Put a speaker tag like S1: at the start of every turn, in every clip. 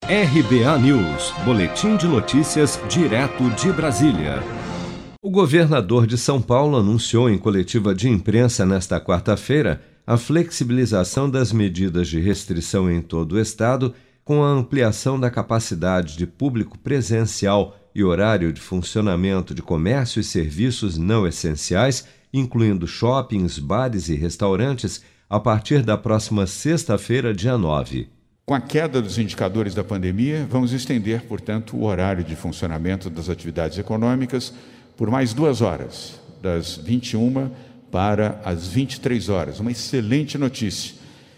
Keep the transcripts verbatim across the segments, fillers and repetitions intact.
S1: R B A News, boletim de notícias direto de Brasília. O governador de São Paulo anunciou em coletiva de imprensa nesta quarta-feira a flexibilização das medidas de restrição em todo o estado, com a ampliação da capacidade de público presencial e horário de funcionamento de comércio e serviços não essenciais, incluindo shoppings, bares e restaurantes, a partir da próxima sexta-feira, dia nove.
S2: Com a queda dos indicadores da pandemia, vamos estender, portanto, o horário de funcionamento das atividades econômicas por mais duas horas, das vinte e uma para as vinte e três horas. Uma excelente notícia.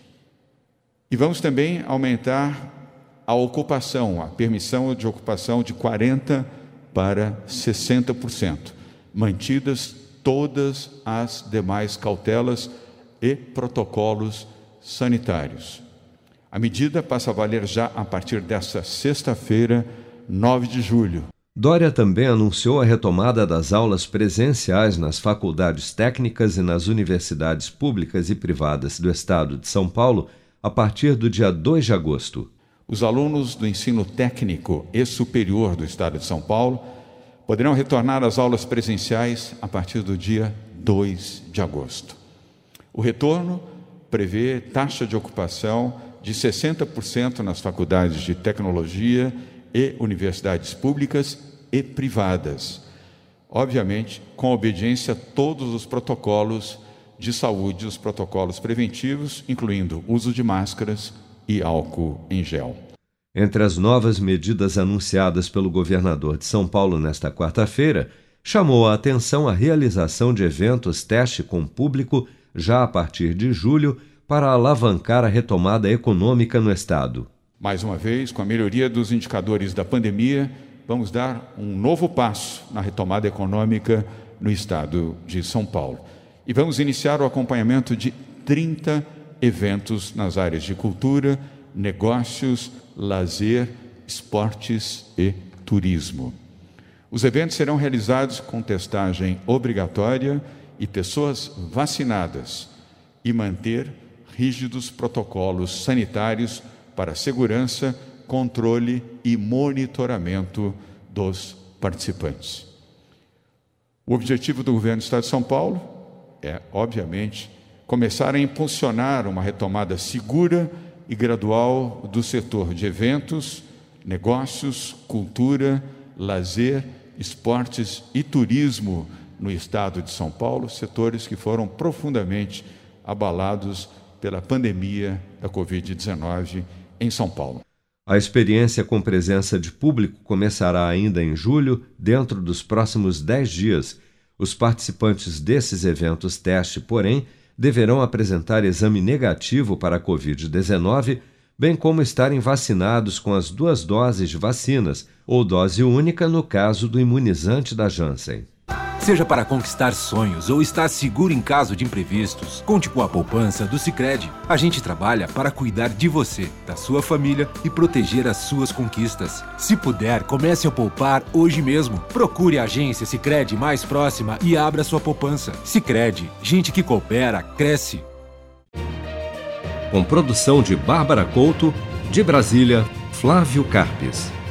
S2: E vamos também aumentar a ocupação, a permissão de ocupação de quarenta por cento para sessenta por cento, mantidas todas as demais cautelas e protocolos sanitários. A medida passa a valer já a partir desta sexta-feira, nove de julho.
S1: Dória também anunciou a retomada das aulas presenciais nas faculdades técnicas e nas universidades públicas e privadas do estado de São Paulo a partir do dia dois de agosto.
S2: Os alunos do ensino técnico e superior do estado de São Paulo poderão retornar às aulas presenciais a partir do dia dois de agosto. O retorno prevê taxa de ocupação de sessenta por cento nas faculdades de tecnologia e universidades públicas e privadas. Obviamente, com obediência a todos os protocolos de saúde, os protocolos preventivos, incluindo uso de máscaras e álcool em gel.
S1: Entre as novas medidas anunciadas pelo governador de São Paulo nesta quarta-feira, chamou a atenção a realização de eventos teste com público já a partir de julho para alavancar a retomada econômica no estado.
S2: Mais uma vez, com a melhoria dos indicadores da pandemia, vamos dar um novo passo na retomada econômica no estado de São Paulo. E vamos iniciar o acompanhamento de trinta eventos nas áreas de cultura, negócios, lazer, esportes e turismo. Os eventos serão realizados com testagem obrigatória e pessoas vacinadas e manter rígidos protocolos sanitários para segurança, controle e monitoramento dos participantes. O objetivo do governo do estado de São Paulo é, obviamente, começar a impulsionar uma retomada segura e gradual do setor de eventos, negócios, cultura, lazer, esportes e turismo no estado de São Paulo, setores que foram profundamente abalados pela pandemia da covid dezenove em São Paulo.
S1: A experiência com presença de público começará ainda em julho, dentro dos próximos dez dias. Os participantes desses eventos teste, porém, deverão apresentar exame negativo para a covid dezenove, bem como estarem vacinados com as duas doses de vacinas, ou dose única no caso do imunizante da Janssen.
S3: Seja para conquistar sonhos ou estar seguro em caso de imprevistos, conte com a poupança do Sicredi. A gente trabalha para cuidar de você, da sua família e proteger as suas conquistas. Se puder, comece a poupar hoje mesmo. Procure a agência Sicredi mais próxima e abra sua poupança. Sicredi, gente que coopera, cresce.
S1: Com produção de Bárbara Couto, de Brasília, Flávio Carpes.